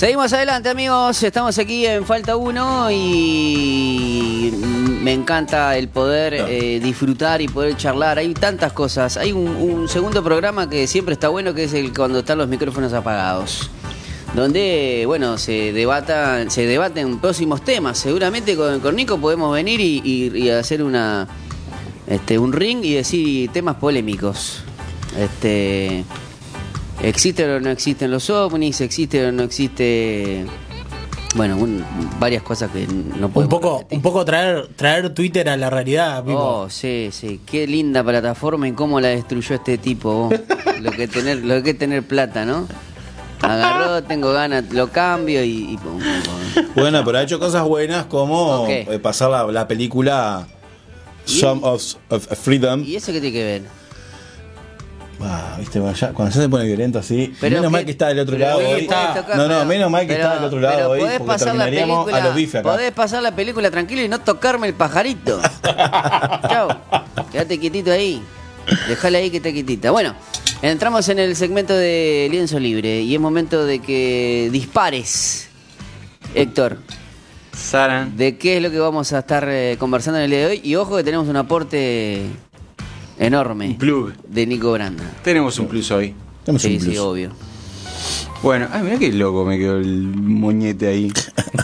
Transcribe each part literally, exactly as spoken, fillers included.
Seguimos adelante, amigos. Estamos aquí en Falta Uno y me encanta el poder eh, disfrutar y poder charlar. Hay tantas cosas. Hay un, un segundo programa que siempre está bueno, que es el cuando están los micrófonos apagados, donde, bueno, se debatan, se debaten próximos temas. Seguramente con, con Nico podemos venir y, y, y hacer una, este, un ring y decir temas polémicos. Este, ¿existen o no existen los ovnis? ¿Existe o no existe? Bueno, un, varias cosas que no podemos un poco repetir. un poco traer traer Twitter a la realidad, Pipo. Oh, sí, sí, qué linda plataforma y cómo la destruyó este tipo, vos. Lo que tener, lo que tener plata, ¿no? Agarró, tengo ganas, lo cambio y, y pum, pum. Bueno, pero ha hecho cosas buenas como Okay. eh, pasar la, la película Some of, of Freedom. ¿Y eso qué tiene que ver? Ah, viste, vaya, cuando ya se pone violento así. Pero menos que- mal que está del otro pero lado podés hoy. tocar, no, no, pero- menos mal que pero- está del otro lado pero hoy. podés Porque pasar la terminaríamos película- a los bifes acá. Podés pasar la película tranquilo y no tocarme el pajarito. Chau. Quédate quietito ahí. Dejala ahí que esté quietita. Bueno, entramos en el segmento de lienzo libre y es momento de que dispares, Héctor. Sara. ¿De qué es lo que vamos a estar eh, conversando en el día de hoy? Y ojo que tenemos un aporte enorme Un plug. de Nico Branda. Tenemos un plus hoy. Tenemos Sí, un plus. sí, obvio. Bueno, ay, mirá qué loco me quedó el moñete ahí.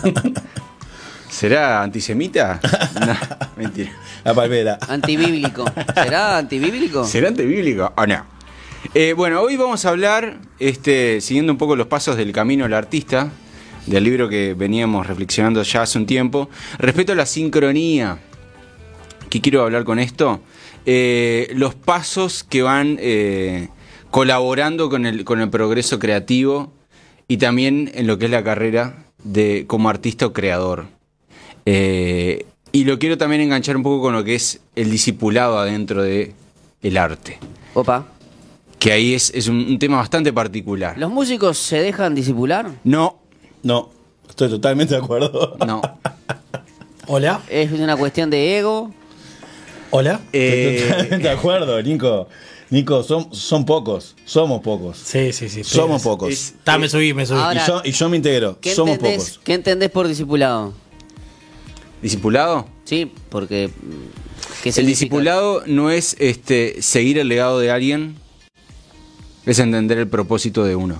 ¿Será antisemita? No, mentira. La palmera. Antibíblico. ¿Será antibíblico? ¿Será antibíblico o no? Eh, bueno, hoy vamos a hablar, este, siguiendo un poco los pasos del camino del artista, del libro que veníamos reflexionando ya hace un tiempo, respecto a la sincronía. ¿Qué quiero hablar con esto? Eh, los pasos que van eh, colaborando con el, con el progreso creativo y también en lo que es la carrera de como artista o creador. Eh, y lo quiero también enganchar un poco con lo que es el discipulado adentro de el arte. Opa. Que ahí es, es un, un tema bastante particular. ¿Los músicos se dejan disipular? No, No, estoy totalmente de acuerdo. no. Hola, ¿Es una cuestión de ego? hola. Estoy Eh, totalmente de acuerdo, Nico. Nico, son, son pocos. Somos pocos. Sí, sí, sí. Somos pero- pocos. es- Ta, me subí, me subí. Ahora- y, yo, y yo me integro. ¿Qué Somos entendés, pocos. ¿Qué entendés por discipulado? ¿Discipulado? Sí, porque... mm, ¿qué El significa? discipulado no es este, seguir el legado de alguien, es entender el propósito de uno.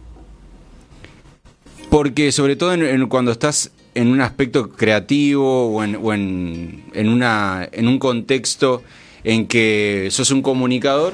Porque sobre todo en, en cuando estás en un aspecto creativo o en, o en, en, una, en un contexto en que sos un comunicador,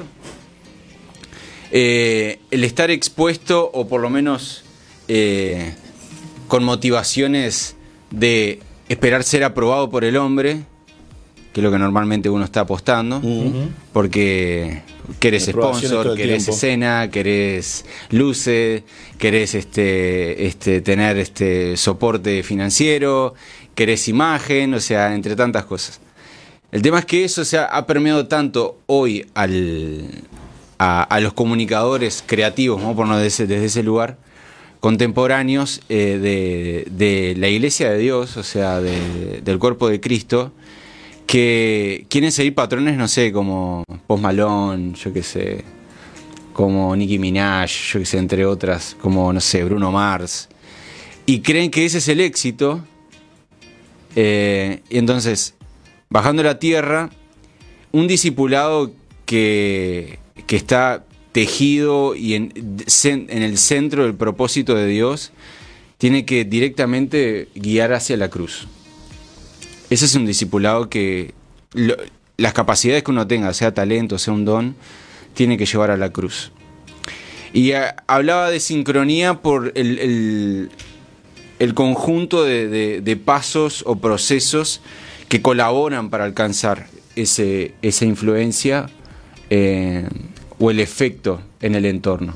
eh, el estar expuesto o por lo menos eh, con motivaciones de esperar ser aprobado por el hombre, que es lo que normalmente uno está apostando, Ujú. porque querés Aprobaciones todo sponsor, el querés tiempo. escena, querés luces, querés este, este, tener este soporte financiero, querés imagen, o sea, entre tantas cosas. El tema es que eso, o sea, ha permeado tanto hoy al, a, a los comunicadores creativos, vamos a ponernos desde, desde ese lugar, contemporáneos eh, de, de la Iglesia de Dios, o sea, de- del cuerpo de Cristo, que quieren seguir patrones, no sé, como Post Malone, yo qué sé, como Nicki Minaj, yo qué sé, entre otras, como, no sé, Bruno Mars, y creen que ese es el éxito, eh, y entonces, bajando a la tierra, un discipulado que, que está tejido y en, en el centro del propósito de Dios, tiene que directamente guiar hacia la cruz. Ese es un discipulado que lo, las capacidades que uno tenga, sea talento, sea un don, tiene que llevar a la cruz. Y a, hablaba de sincronía por el, el, el conjunto de, de, de pasos o procesos que colaboran para alcanzar ese, esa influencia eh, o el efecto en el entorno.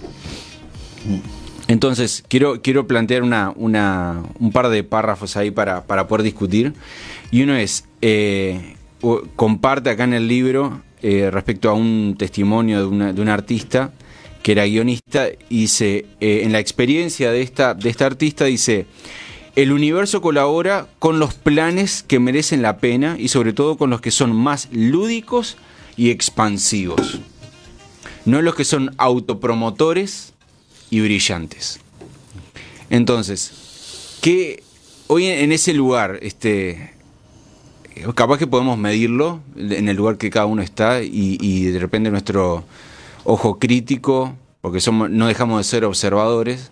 Entonces, quiero, quiero plantear una, una, un par de párrafos ahí para, para poder discutir. Y uno es, eh, comparte acá en el libro eh, respecto a un testimonio de, una, de un artista que era guionista, y dice, eh, en la experiencia de esta, de esta artista, dice, el universo colabora con los planes que merecen la pena y sobre todo con los que son más lúdicos y expansivos. No los que son autopromotores y brillantes. Entonces, ¿qué hoy en ese lugar, este, capaz que podemos medirlo en el lugar que cada uno está y, y de repente nuestro ojo crítico, porque somos, no dejamos de ser observadores,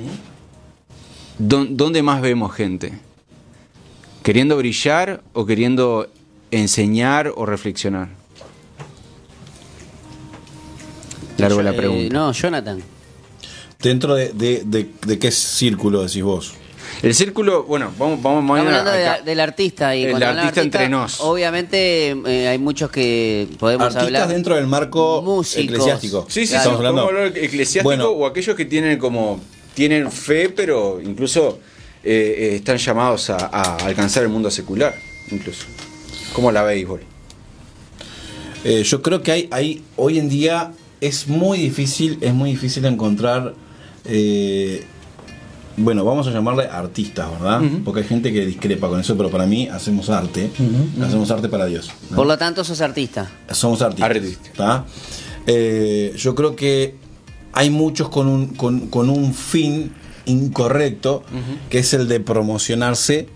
¿dónde más vemos gente? ¿Queriendo brillar o queriendo enseñar o reflexionar? Largo la pregunta. Eh, no, Jonathan. ¿Dentro de, de, de, de qué círculo decís vos? El círculo, bueno, vamos, vamos, vamos Estamos hablando acá. de, del artista. Y El cuando artista hablamos de entre nos. Obviamente eh, hay muchos que podemos Artistas hablar. dentro del marco Músicos. eclesiástico. Sí, sí, Estamos sí, hablando. podemos hablar eclesiástico Bueno. o aquellos que tienen como tienen fe, pero incluso eh, eh, están llamados a, a alcanzar el mundo secular, incluso. ¿Cómo la veis, Boli? Eh, yo creo que hay, hay hoy en día es muy difícil, es muy difícil encontrar, eh, bueno, vamos a llamarle artistas, ¿verdad? Uh-huh. Porque hay gente que discrepa con eso, pero para mí hacemos arte, uh-huh. hacemos arte para Dios, ¿no? Por lo tanto, sos artista. Somos artistas. Artista. ¿Tá? Eh, yo creo que hay muchos con un, con, con un fin incorrecto, uh-huh. que es el de promocionarse.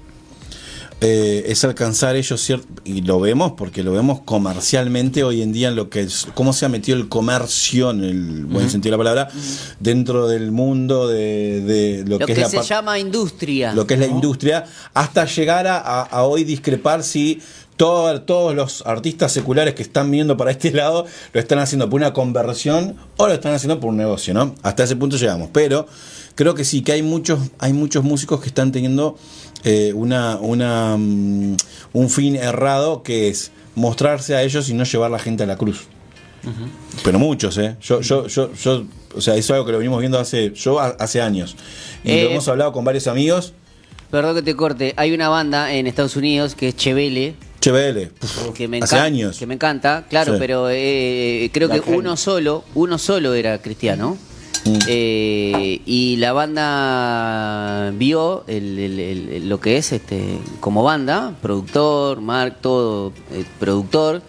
Eh, es alcanzar ellos cierto, y lo vemos porque lo vemos comercialmente hoy en día en lo que es cómo se ha metido el comercio en el buen uh-huh. sentido de la palabra uh-huh. dentro del mundo de, de lo, lo que, que es se la llama industria, lo que es ¿no? la industria, hasta llegar a, a, a hoy discrepar si todo, todos los artistas seculares que están viendo para este lado lo están haciendo por una conversión o lo están haciendo por un negocio, ¿no? Hasta ese punto llegamos, pero creo que sí, que hay muchos hay muchos músicos que están teniendo Eh, una, una um, un fin errado, que es mostrarse a ellos y no llevar la gente a la cruz. Uh-huh. Pero muchos, eh. Yo, yo, yo, yo, o sea, eso es algo que lo venimos viendo hace, yo hace años. Y eh, lo hemos hablado con varios amigos. Perdón que te corte. Hay una banda en Estados Unidos que es Chevelle. Chevelle, que me hace encanta, años. Que me encanta, claro, sí. pero eh, creo la que gente. uno solo, uno solo era cristiano. Mm. Eh, y la banda vio el, el, el, lo que es este como banda, productor, Mark, todo, eh, productor,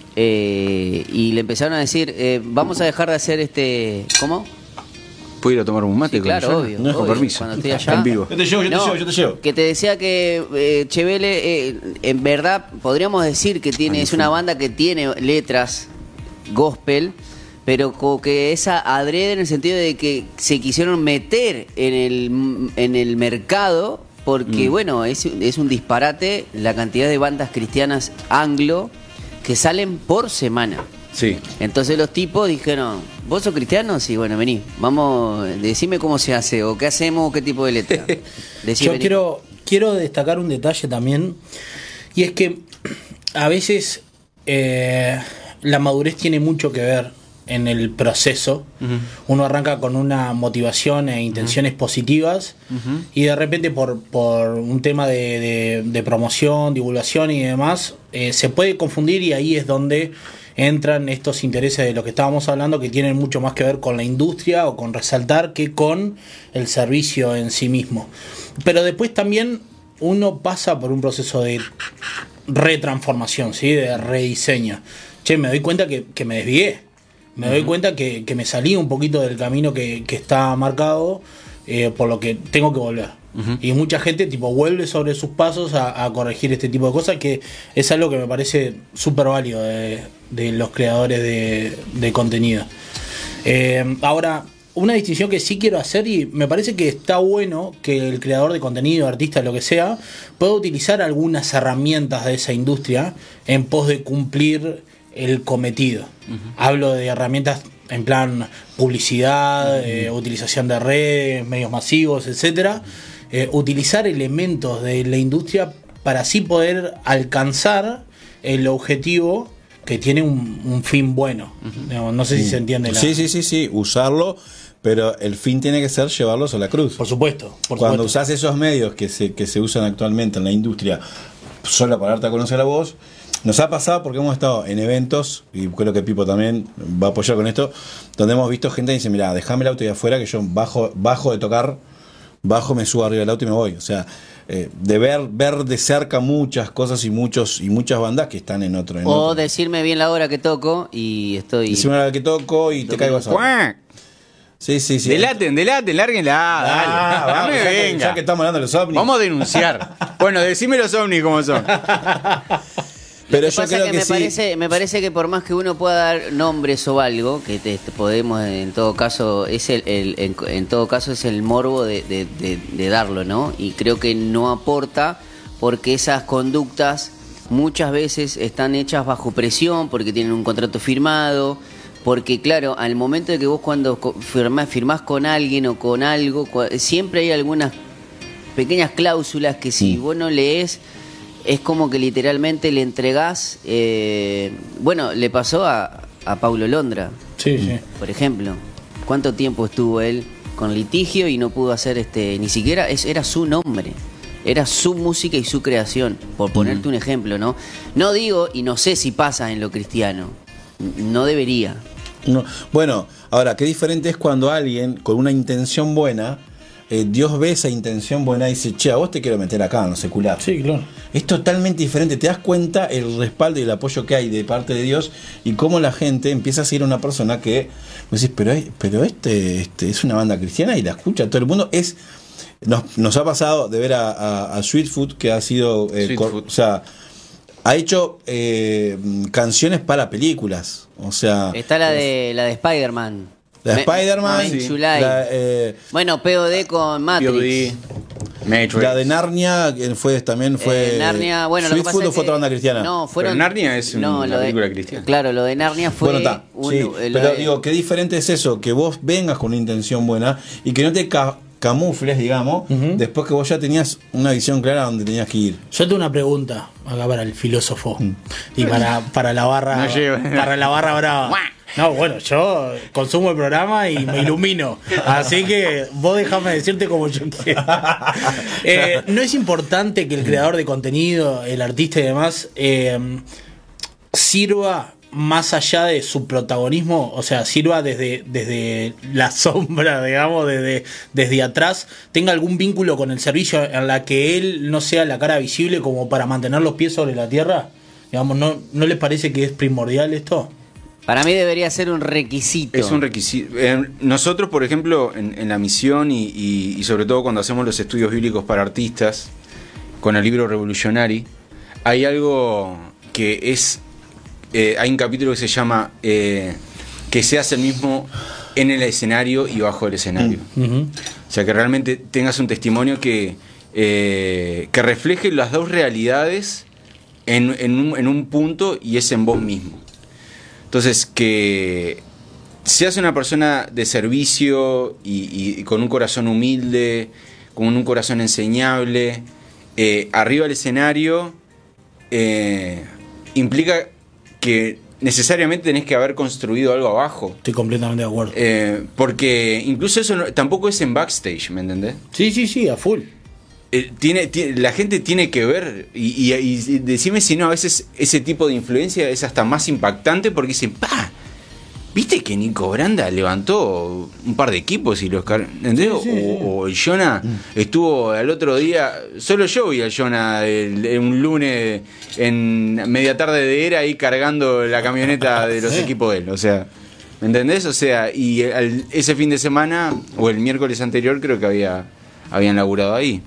eh, y le empezaron a decir, eh, vamos a dejar de hacer este, ¿cómo? ¿Puedo ir a tomar un mate? Sí, claro, con obvio, no, obvio. Con permiso. Cuando estoy allá. En vivo. Yo te llevo, yo te No, llevo, yo te llevo. Que te decía que eh, Chevelle, eh, en verdad, podríamos decir que tiene, es una banda que tiene letras gospel, pero como que esa adrede en el sentido de que se quisieron meter en el, en el mercado, porque mm. bueno, es, es un disparate la cantidad de bandas cristianas anglo que salen por semana. Sí. Entonces los tipos dijeron, ¿vos sos cristiano? Sí, bueno, vení, vamos, decime cómo se hace, o qué hacemos, o qué tipo de letra. Decí, Yo vení. quiero, quiero destacar un detalle también, y es que a veces eh, la madurez tiene mucho que ver en el proceso. Uh-huh. Uno arranca con una motivación e intenciones uh-huh. positivas uh-huh. y de repente por, por un tema de, de, de promoción, divulgación y demás, eh, se puede confundir, y ahí es donde entran estos intereses de lo que estábamos hablando, que tienen mucho más que ver con la industria o con resaltar que con el servicio en sí mismo. Pero después también uno pasa por un proceso de retransformación, ¿sí? De rediseño. Che, me doy cuenta que, que me desvié. Me doy cuenta que, que me salí un poquito del camino que, que está marcado, eh, por lo que tengo que volver. Uh-huh. Y mucha gente tipo vuelve sobre sus pasos a, a corregir este tipo de cosas, que es algo que me parece súper válido de, de los creadores de, de contenido. Eh, ahora, una distinción que sí quiero hacer, y me parece que está bueno que el creador de contenido, artista, lo que sea, pueda utilizar algunas herramientas de esa industria en pos de cumplir el cometido. Uh-huh. Hablo de herramientas en plan publicidad, uh-huh. eh, utilización de redes, medios masivos, etcétera. Eh, utilizar elementos de la industria para así poder alcanzar el objetivo que tiene un, un fin bueno. Uh-huh. No, no sé si uh-huh. se entiende. La... Sí, sí, sí, sí, usarlo, pero el fin tiene que ser llevarlos a la cruz. Por supuesto. Por Cuando supuesto. usás esos medios que se, que se usan actualmente en la industria solo para darte a conocer a vos, nos ha pasado porque hemos estado en eventos, y creo que Pipo también va a apoyar con esto, donde hemos visto gente que dice, mira, dejame el auto ahí afuera que yo bajo, bajo de tocar, bajo, me subo arriba del auto y me voy. O sea, eh, de ver, ver de cerca muchas cosas y muchos y muchas bandas que están en otro. En o otro. decirme bien la hora que toco y estoy... Decirme la hora que toco y te caigo a saber. Sí, sí, sí. Delaten, delaten, lárguenla. Ah, dale. vamos, no me ya, que, venga. ya que estamos hablando de los ovnis. Vamos a denunciar. Bueno, decime los ovnis cómo son. Pero Lo que yo pasa creo que que me sí. parece, me parece que por más que uno pueda dar nombres o algo, que te, te podemos en todo caso, es el, el- en, en todo caso es el morbo de, de- de- de darlo, ¿no? Y creo que no aporta porque esas conductas muchas veces están hechas bajo presión, porque tienen un contrato firmado, porque claro, al momento de que vos cuando co- firmás, firmás con alguien o con algo, cua- siempre hay algunas pequeñas cláusulas que si Mm. vos no lees es como que literalmente le entregás, eh, bueno, le pasó a, a Paulo Londra, Sí, sí. por ejemplo. ¿Cuánto tiempo estuvo él con litigio y no pudo hacer este, ni siquiera, es, era su nombre, era su música y su creación, por ponerte un ejemplo, ¿no? No digo, y no sé si pasa en lo cristiano, no debería. No. Bueno, ahora, qué diferente es cuando alguien con una intención buena, eh, Dios ve esa intención buena y dice, che, a vos te quiero meter acá en lo secular. Sí, claro. Es totalmente diferente. Te das cuenta el respaldo y el apoyo que hay de parte de Dios y cómo la gente empieza a seguir a una persona que vos decís, pero, pero este, este es una banda cristiana y la escucha todo el mundo. Es Nos, nos ha pasado de ver a, a, a Sweetfoot, que ha sido eh, Sweetfoot. cor- o sea, ha hecho eh, canciones para películas. O sea, Está la de la de Spider-Man. la de Me- Spider-Man, Men sí, to Lie. la, eh, Bueno, P O D con Matrix. P O D, Matrix. la de Narnia, que fue también fue. Eh, Narnia, bueno, lo que Sweetfoot pasa o fue es que- otra banda cristiana. No, fueron. Pero Narnia es un- una lo de- película cristiana. Claro, lo de Narnia fue. Bueno, está. un- Sí, eh, lo pero de- digo, qué diferente es eso, que vos vengas con una intención buena y que no te ca- camufles, digamos, Ujú. después que vos ya tenías una visión clara donde tenías que ir. Yo tengo una pregunta acá para el filósofo y para, para la barra No llego. para la barra brava. No, bueno, yo consumo el programa y me ilumino. Así que vos dejame decirte como yo quiera. Eh, ¿No es importante que el creador de contenido, el artista y demás, eh, sirva más allá de su protagonismo? O sea, sirva desde, desde la sombra, digamos, desde, desde atrás, tenga algún vínculo con el servicio en la que él no sea la cara visible como para mantener los pies sobre la tierra. Digamos, ¿no, no les parece que es primordial esto? Para mí debería ser un requisito. Es un requisito. Eh, nosotros, por ejemplo, en, en la misión y, y- y sobre todo cuando hacemos los estudios bíblicos para artistas, con el libro Revolutionary, hay algo que es... eh, hay un capítulo que se llama eh, que seas el mismo en el escenario y bajo el escenario. Ujú. O sea, que realmente tengas un testimonio que, eh, que refleje las dos realidades en, en un, en un punto y es en vos mismo. Entonces, que seas una persona de servicio y, y con un corazón humilde, con un corazón enseñable, eh, arriba del escenario, eh, implica que necesariamente tenés que haber construido algo abajo. Estoy completamente de acuerdo. Eh, porque incluso eso no- tampoco es en backstage, ¿me entendés? Sí, sí, sí, a full. Eh, tiene, tiene- la gente tiene que ver y, y- y decime si no, a veces ese tipo de influencia es hasta más impactante porque dicen, ¡pa! ¿Viste que Nico Branda levantó un par de equipos y los car- ¿entendés? Sí, sí, sí. O, o el Jonah estuvo al otro día, solo yo vi al Jonah el- el- un lunes en media tarde de era ahí cargando la camioneta de los Sí. equipos de él, o sea, ¿me entendés? O sea, y al- ese fin de semana o el miércoles anterior creo que había habían laburado ahí.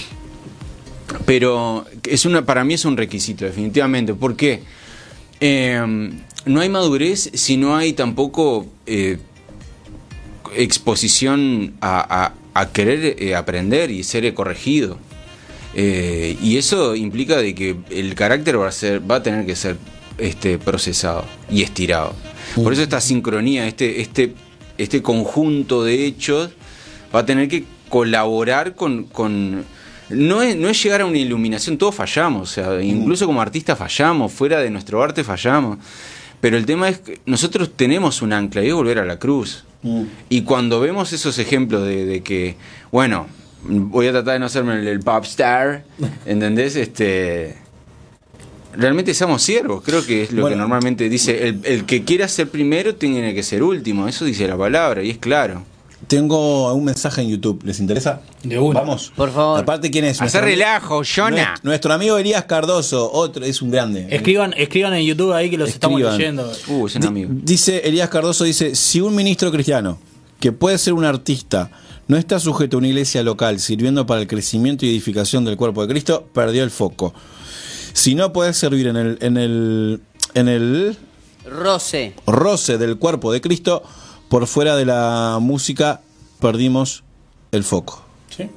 Pero es una, para mí es un requisito, definitivamente. ¿Por qué? Eh, no hay madurez si no hay tampoco eh, exposición a, a- a querer eh, aprender y ser corregido. Eh, y eso implica de que el carácter va a ser, va a tener que ser este, procesado y estirado. Por eso esta sincronía, este, este, este conjunto de hechos va a tener que colaborar con, con no es, no es llegar a una iluminación, todos fallamos, o sea, incluso como artistas fallamos, fuera de nuestro arte fallamos, pero el tema es que nosotros tenemos un ancla y es volver a la cruz. Mm. Y cuando vemos esos ejemplos de, de que, bueno, voy a tratar de no hacerme el, el pop star, ¿entendés? Este, realmente somos siervos, creo que es lo Bueno. que normalmente dice, el, el que quiera ser primero tiene que ser último, eso dice la palabra y es claro. Tengo un mensaje en YouTube, ¿les interesa? De una. Vamos. Por favor. Aparte, ¿quién es? Hacer Nuestro- relajo, Jonah. Nuestro, nuestro amigo Elías Cardoso, otro, es un grande. Escriban, escriban en YouTube ahí que los Escriban. estamos leyendo. Uh, es un Di- amigo. Dice Elías Cardoso, dice, si un ministro cristiano que puede ser un artista, no está sujeto a una iglesia local sirviendo para el crecimiento y edificación del cuerpo de Cristo, perdió el foco. Si no puede servir en el, en el, en el roce. roce del cuerpo de Cristo, por fuera de la música, perdimos el foco. Sí.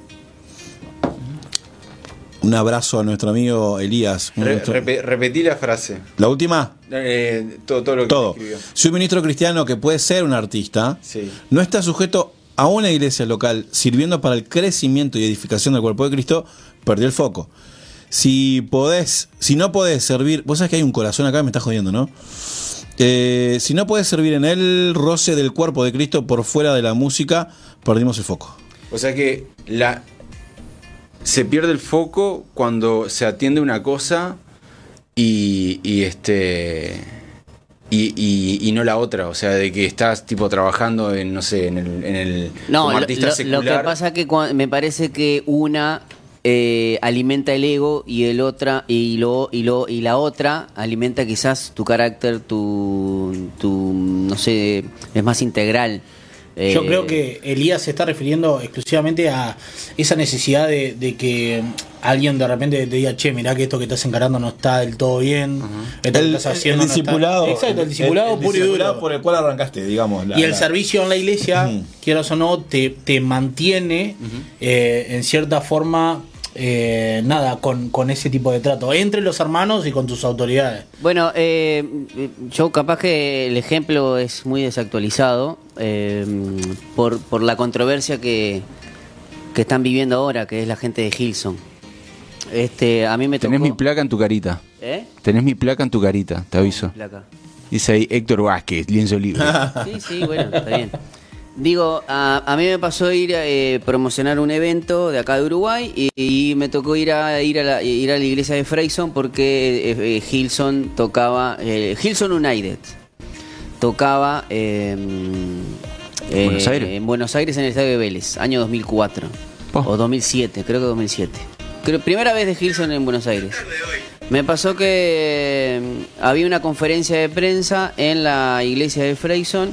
Un abrazo a nuestro amigo Elías. Re, nuestro... rep, repetí la frase. ¿La última? Eh, todo, todo lo que Todo. escribió. Si un ministro cristiano que puede ser un artista, Sí. no está sujeto a una iglesia local sirviendo para el crecimiento y edificación del cuerpo de Cristo, perdió el foco. Si podés, si no podés servir, vos sabés que hay un corazón acá, me está jodiendo, ¿no? Eh, si no podés servir en el roce del cuerpo de Cristo por fuera de la música, perdimos el foco. O sea que la se pierde el foco cuando se atiende una cosa y, y este y, y, y no la otra, o sea, de que estás tipo trabajando en, no sé, en el, en el No, como lo, artista lo- secular. lo que pasa que cua- me parece que una eh, alimenta el ego y el otra y lo y lo y la otra alimenta quizás tu carácter, tu tu no sé, es más integral. Yo Eh, creo que Elías se está refiriendo exclusivamente a esa necesidad de, de que alguien de repente te diga, che, mirá que esto que estás encarando no está del todo bien. Esto que El, estás haciendo el no está- discipulado. Exacto, el discipulado el puro y discipulado duro. por el cual arrancaste, digamos. la- Y el la- servicio en la iglesia, Ujú. quieras o no, te, te mantiene eh, en cierta forma, eh, nada, con, con ese tipo de trato, entre los hermanos y con tus autoridades. Bueno, eh, yo capaz que el ejemplo es muy desactualizado eh, por, por la controversia que, que están viviendo ahora, que es la gente de Hillsong. Este, a mí me tocó... Tenés mi placa en tu carita. ¿Eh? Tenés mi placa en tu carita, te aviso. Placa. Dice ahí Héctor Vázquez, lienzo libre. Sí, sí, bueno, está bien. Digo, a, a mí me pasó ir a eh, promocionar un evento de acá de Uruguay y, y me tocó ir a ir a la, ir a la iglesia de Freyson porque eh, eh, Hillsong tocaba, eh, Hillsong United tocaba eh, eh, ¿Buenos Aires? en Buenos Aires en el estadio de Vélez, año dos mil cuatro Oh. o dos mil siete, creo que dos mil siete. Creo, primera vez de Hillsong en Buenos Aires. Me pasó que mm, había una conferencia de prensa en la iglesia de Freyson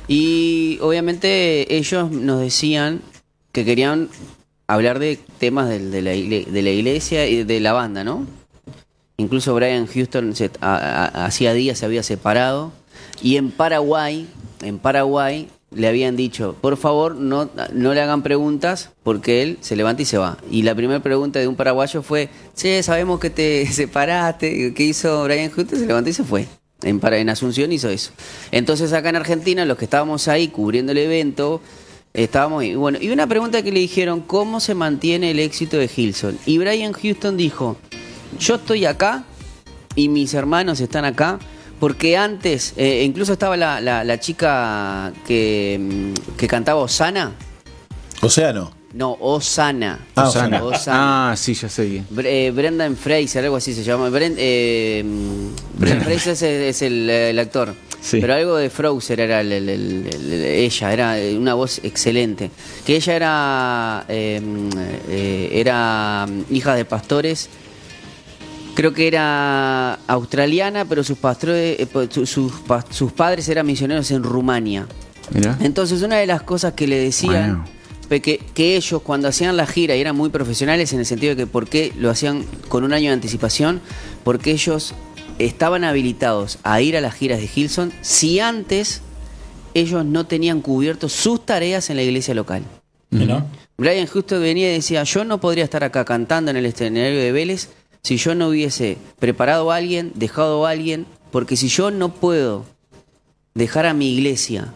y obviamente ellos nos decían que querían hablar de temas del- de, la, igle- de la iglesia y de la banda, ¿no? Incluso Brian Houston se- a- a- hacía días se había separado y en Paraguay, en Paraguay le habían dicho, por favor no, no le hagan preguntas porque él se levanta y se va. Y la primera pregunta de un paraguayo fue, che, sabemos que te separaste, ¿qué hizo Brian Houston? Se levantó y se fue. En, para, en Asunción hizo eso. Entonces acá en Argentina, los que estábamos ahí cubriendo el evento, estábamos ahí. Bueno, y una pregunta que le dijeron, ¿cómo se mantiene el éxito de Hillsong? Y Brian Houston dijo, yo estoy acá y mis hermanos están acá, porque antes, eh, incluso estaba la, la, la chica que, mm, que cantaba Osana. Océano. No, Osana. Ah, Osana. Osana. Ah, sí, ya sé. Bre- eh, Brendan Fraser, algo así se llama. Bren- eh, mm, Brendan Fraser es, es el, el actor. Sí. Pero algo de Fraser era el- el- el- el- el- ella, era una voz excelente. Que ella era, eh, mm, eh, era mm, hija de pastores. Creo que era australiana, pero sus, pastores, eh, po- su- sus, pa- sus padres eran misioneros en Rumania. Mirá. Entonces una de las cosas que le decían Wow. fue que, que ellos cuando hacían la gira y eran muy profesionales en el sentido de que por qué lo hacían con un año de anticipación, porque ellos estaban habilitados a ir a las giras de Hillsong si antes ellos no tenían cubierto sus tareas en la iglesia local. ¿No? Brian Houston venía y decía, yo no podría estar acá cantando en el escenario de Vélez si yo no hubiese preparado a alguien, dejado a alguien, porque si yo no puedo dejar a mi iglesia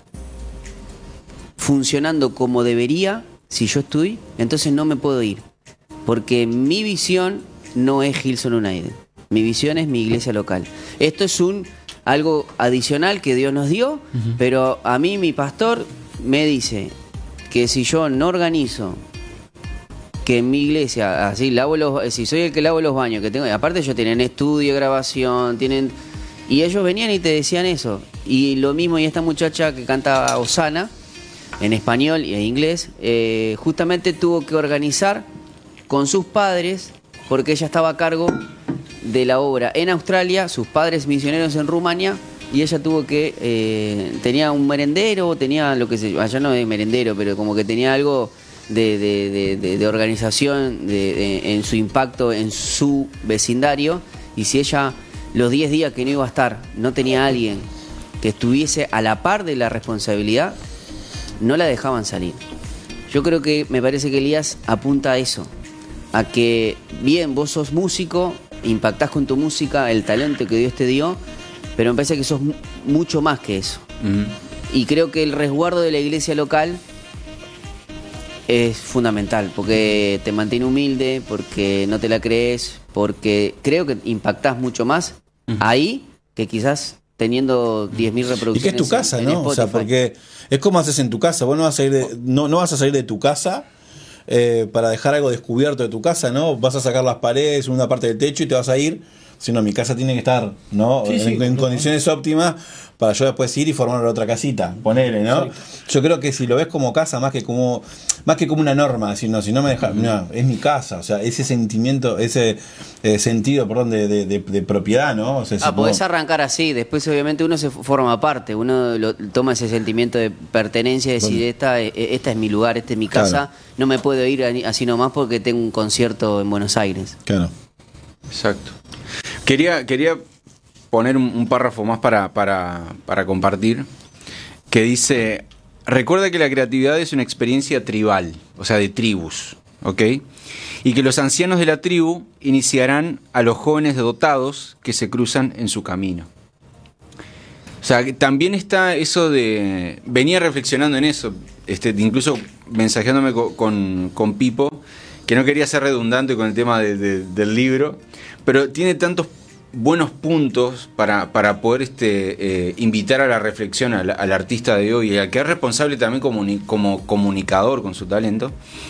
funcionando como debería, si yo estoy, entonces no me puedo ir, porque mi visión no es Hillsong United, mi visión es mi iglesia local. Esto es un algo adicional que Dios nos dio, pero a mí mi pastor me dice que si yo no organizo que en mi iglesia, así lavo los, si soy el que lavo los baños, que tengo, aparte ellos tienen estudio, grabación, tienen, y ellos venían y te decían eso. Y lo mismo, y esta muchacha que cantaba Osana en español y en inglés, eh, justamente tuvo que organizar con sus padres, porque ella estaba a cargo de la obra en Australia, sus padres misioneros en Rumania, y ella tuvo que, eh, tenía un merendero, tenía lo que se, allá no es merendero, pero como que tenía algo de, de, de, de, de organización de, de, en su impacto en su vecindario, y si ella los diez días que no iba a estar no tenía a alguien que estuviese a la par de la responsabilidad, no la dejaban salir. Yo creo que, me parece que Elías apunta a eso, a que bien, vos sos músico, impactás con tu música, el talento que Dios te dio, pero me parece que sos mucho más que eso. Uh-huh. Y creo que el resguardo de la iglesia local es fundamental, porque te mantiene humilde, porque no te la crees, porque creo que impactás mucho más uh-huh. ahí que quizás teniendo diez mil reproducciones. Y que es tu casa, en, ¿no? En o sea, porque es como haces en tu casa. Vos no vas a ir de, no, no vas a salir de tu casa eh, para dejar algo descubierto de tu casa, ¿no? Vas a sacar las paredes, una parte del techo y te vas a ir. Sino mi casa tiene que estar, ¿no? Sí, en, sí, en condiciones no. óptimas para yo después ir y formar otra casita, ponele, ¿no? Sí. Yo creo que si lo ves como casa, más que como más que como una norma, decir, no, si no me dejas, no, es mi casa, o sea, ese sentimiento, ese eh, sentido, perdón, de, de, de, de propiedad, ¿no? O sea, ah, podés como... arrancar así, después obviamente uno se forma parte, uno lo, toma ese sentimiento de pertenencia, de decir, bueno. esta, esta es mi lugar, esta es mi casa, claro. no me puedo ir así nomás porque tengo un concierto en Buenos Aires. Claro. Exacto. Quería, quería poner un, un párrafo más para, para, para compartir, que dice: recuerda que la creatividad es una experiencia tribal, o sea, de tribus, ¿ok? Y que los ancianos de la tribu iniciarán a los jóvenes dotados que se cruzan en su camino. O sea, que también está eso de... Venía reflexionando en eso, este, incluso mensajeándome con, con, con Pipo, que no quería ser redundante con el tema de, de, del libro, pero tiene tantos buenos puntos para, para poder este, eh, invitar a la reflexión al, al artista de hoy, y al que es responsable también como, como comunicador con su talento,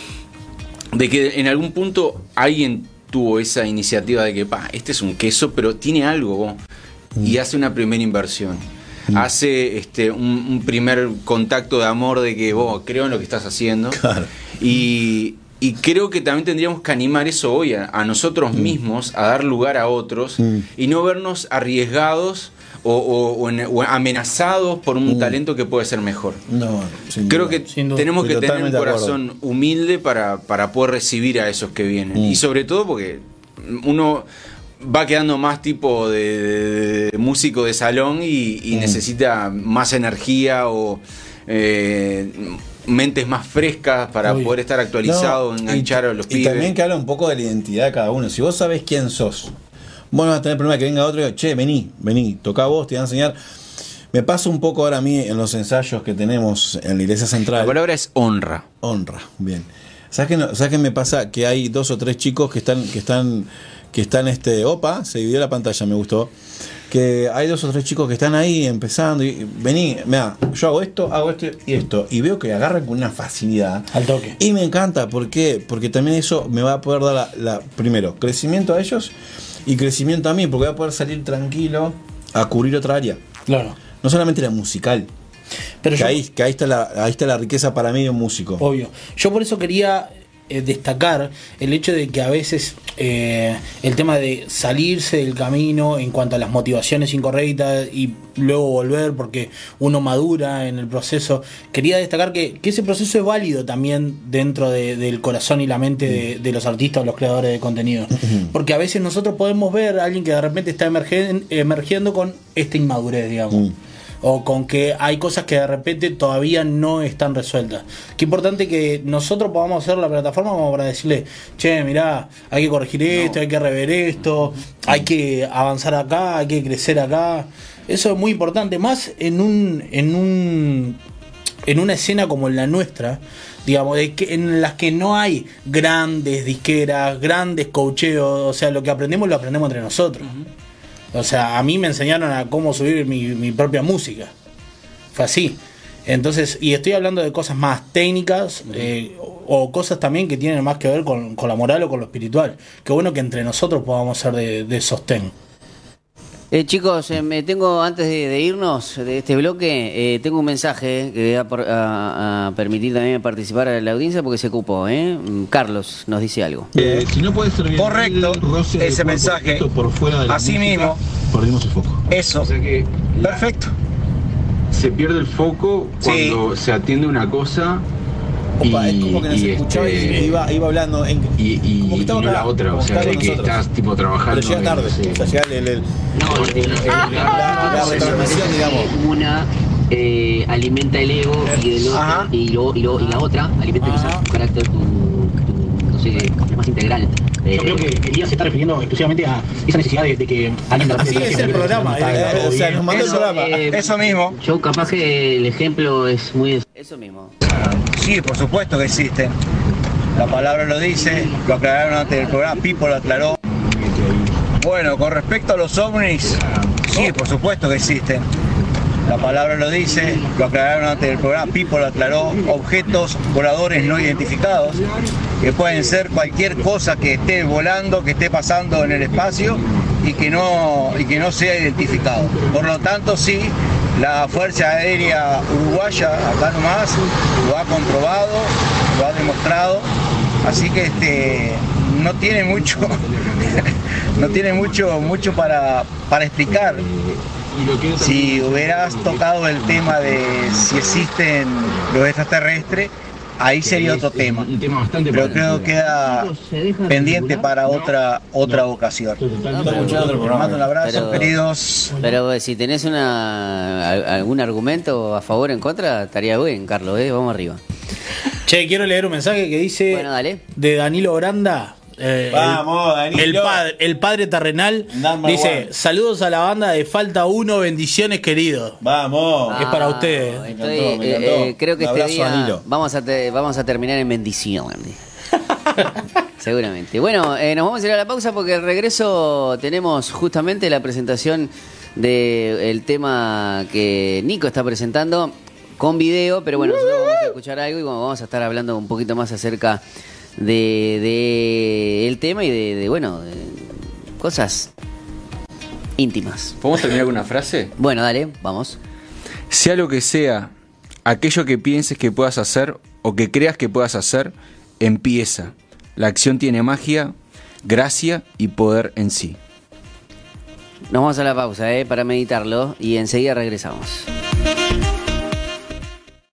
de que en algún punto alguien tuvo esa iniciativa de que, pa, este es un queso, pero tiene algo, mm. y hace una primera inversión. Mm. Hace este, un, un primer contacto de amor de que, vos, creo en lo que estás haciendo. Claro. Y... Y creo que también tendríamos que animar eso hoy a, a nosotros mm. mismos, a dar lugar a otros, mm. y no vernos arriesgados o, o, o, en, o amenazados por un mm. talento que puede ser mejor. No, sin creo duda. que sin duda. tenemos Estoy que tener un corazón humilde para, para poder recibir a esos que vienen. Mm. Y sobre todo porque uno va quedando más tipo de, de, de músico de salón y, y mm. necesita más energía o... Eh, mentes más frescas para Uy. poder estar actualizado, no, enganchar y, a los y pibes. Y también que habla un poco de la identidad de cada uno. Si vos sabés quién sos, vos no vas a tener problema que venga otro y diga, che, vení, vení, toca vos, te voy a enseñar. Me pasa un poco ahora a mí en los ensayos que tenemos en la iglesia central. La palabra es honra. Honra, bien. ¿Sabes qué, no, ¿sabes qué me pasa? Que hay dos o tres chicos que están, que están, que están, este, opa, se dividió la pantalla, me gustó. Que hay dos o tres chicos que están ahí empezando y vení, mira, yo hago esto, hago esto y esto, y veo que agarran con una facilidad al toque. Y me encanta, ¿por qué? Porque también eso me va a poder dar la, la primero, crecimiento a ellos y crecimiento a mí, porque voy a poder salir tranquilo a cubrir otra área. Claro. No solamente la musical. Pero que, yo, ahí, que ahí está la, ahí está la riqueza para mí de un músico. Obvio. Yo por eso quería eh, destacar el hecho de que a veces eh, el tema de salirse del camino en cuanto a las motivaciones incorrectas y luego volver porque uno madura en el proceso, quería destacar que, que ese proceso es válido también dentro de, del corazón y la mente de, de los artistas o los creadores de contenido, porque a veces nosotros podemos ver a alguien que de repente está emergen, emergiendo con esta inmadurez, digamos, mm. o con que hay cosas que de repente todavía no están resueltas. Qué importante que nosotros podamos hacer la plataforma como para decirle, che, mirá, hay que corregir esto, no. hay que rever esto, hay que avanzar acá, hay que crecer acá. Eso es muy importante, más en un en un en una escena como la nuestra, digamos, de que, en las que no hay grandes disqueras, grandes coacheos, o sea, lo que aprendemos lo aprendemos entre nosotros. Uh-huh. O sea, a mí me enseñaron a cómo subir mi, mi propia música. Fue así. Entonces, y estoy hablando de cosas más técnicas, eh, o cosas también que tienen más que ver con, con la moral o con lo espiritual. Qué bueno que entre nosotros podamos ser de, de sostén. Eh, chicos, eh, me tengo antes de, de irnos de este bloque, eh, tengo un mensaje que voy a, por, a, a permitir también participar a la audiencia porque se ocupó. ¿eh? Carlos nos dice algo. Eh, si no puede servir correcto ese mensaje. Por fuera de la así música, mismo. Perdimos el foco. Eso. O sea que Perfecto. Se pierde el foco cuando Sí. se atiende una cosa Opa, y, es como que nos y, escuchaba y este, iba, iba hablando en, y, y- como que y estaba no acá, la otra, como o sea, está de con que nosotros. estás tipo trabajando. Pero llega en- tarde, sí. o sea, llega el, el- No, el- el- la, la- la retransmisión, digamos. Una eh, alimenta el ego y, el otro- Ajá. y, lo- y, lo- y la otra alimenta quizás tu carácter, tu, tu- no sé, es más integral. Eh, Yo creo que Elías se está refiriendo exclusivamente a esa necesidad de, de que alguien de Así es el programa, Eh, o sea, nos mandó el Eso, programa. eh, Eso mismo. Yo capaz que el ejemplo es muy... Eso mismo. Sí, por supuesto que existen. La palabra lo dice, lo aclararon antes del programa, Pipo lo aclaró. Bueno, con respecto a los ovnis, sí, por supuesto que existen. La palabra lo dice, lo aclararon antes del programa, Pipo lo aclaró, objetos voladores no identificados, que pueden ser cualquier cosa que esté volando, que esté pasando en el espacio y que no, y que no sea identificado. Por lo tanto, sí, la Fuerza Aérea Uruguaya, acá nomás, lo ha comprobado, lo ha demostrado, así que este, no tiene mucho, no tiene mucho, mucho para, para explicar. Si hubieras tocado el tema de si existen los extraterrestres, ahí sería otro tema. Un tema bastante Pero creo que queda pendiente para otra otra ocasión. Les mando un abrazo, Pero- queridos. Pero eh, si tenés una al- algún argumento a favor o en contra, estaría bien, Carlos, ¿eh? Vamos arriba. Che, quiero leer un mensaje que dice Bueno, dale. de Danilo Branda. eh, Vamos, el, Danilo. el padre, el padre terrenal. Number Dice: one. saludos a la banda de Falta uno, bendiciones queridos. Vamos. Es para ustedes. Ah, Me estoy, encantó, me eh, encantó. eh, creo que Un este abrazo, día Danilo. vamos a, te- vamos a terminar en bendición. Seguramente. Bueno, eh, nos vamos a ir a la pausa porque al regreso tenemos justamente la presentación del tema que Nico está presentando con video, pero bueno, nosotros vamos a escuchar algo y bueno, vamos a estar hablando un poquito más acerca de, de el tema y de, de, bueno, de cosas íntimas. ¿Podemos terminar con una frase? Bueno, dale, vamos. Sea lo que sea, aquello que pienses que puedas hacer o que creas que puedas hacer, empieza. La acción tiene magia, gracia y poder en sí. Nos vamos a la pausa, eh, para meditarlo y enseguida regresamos.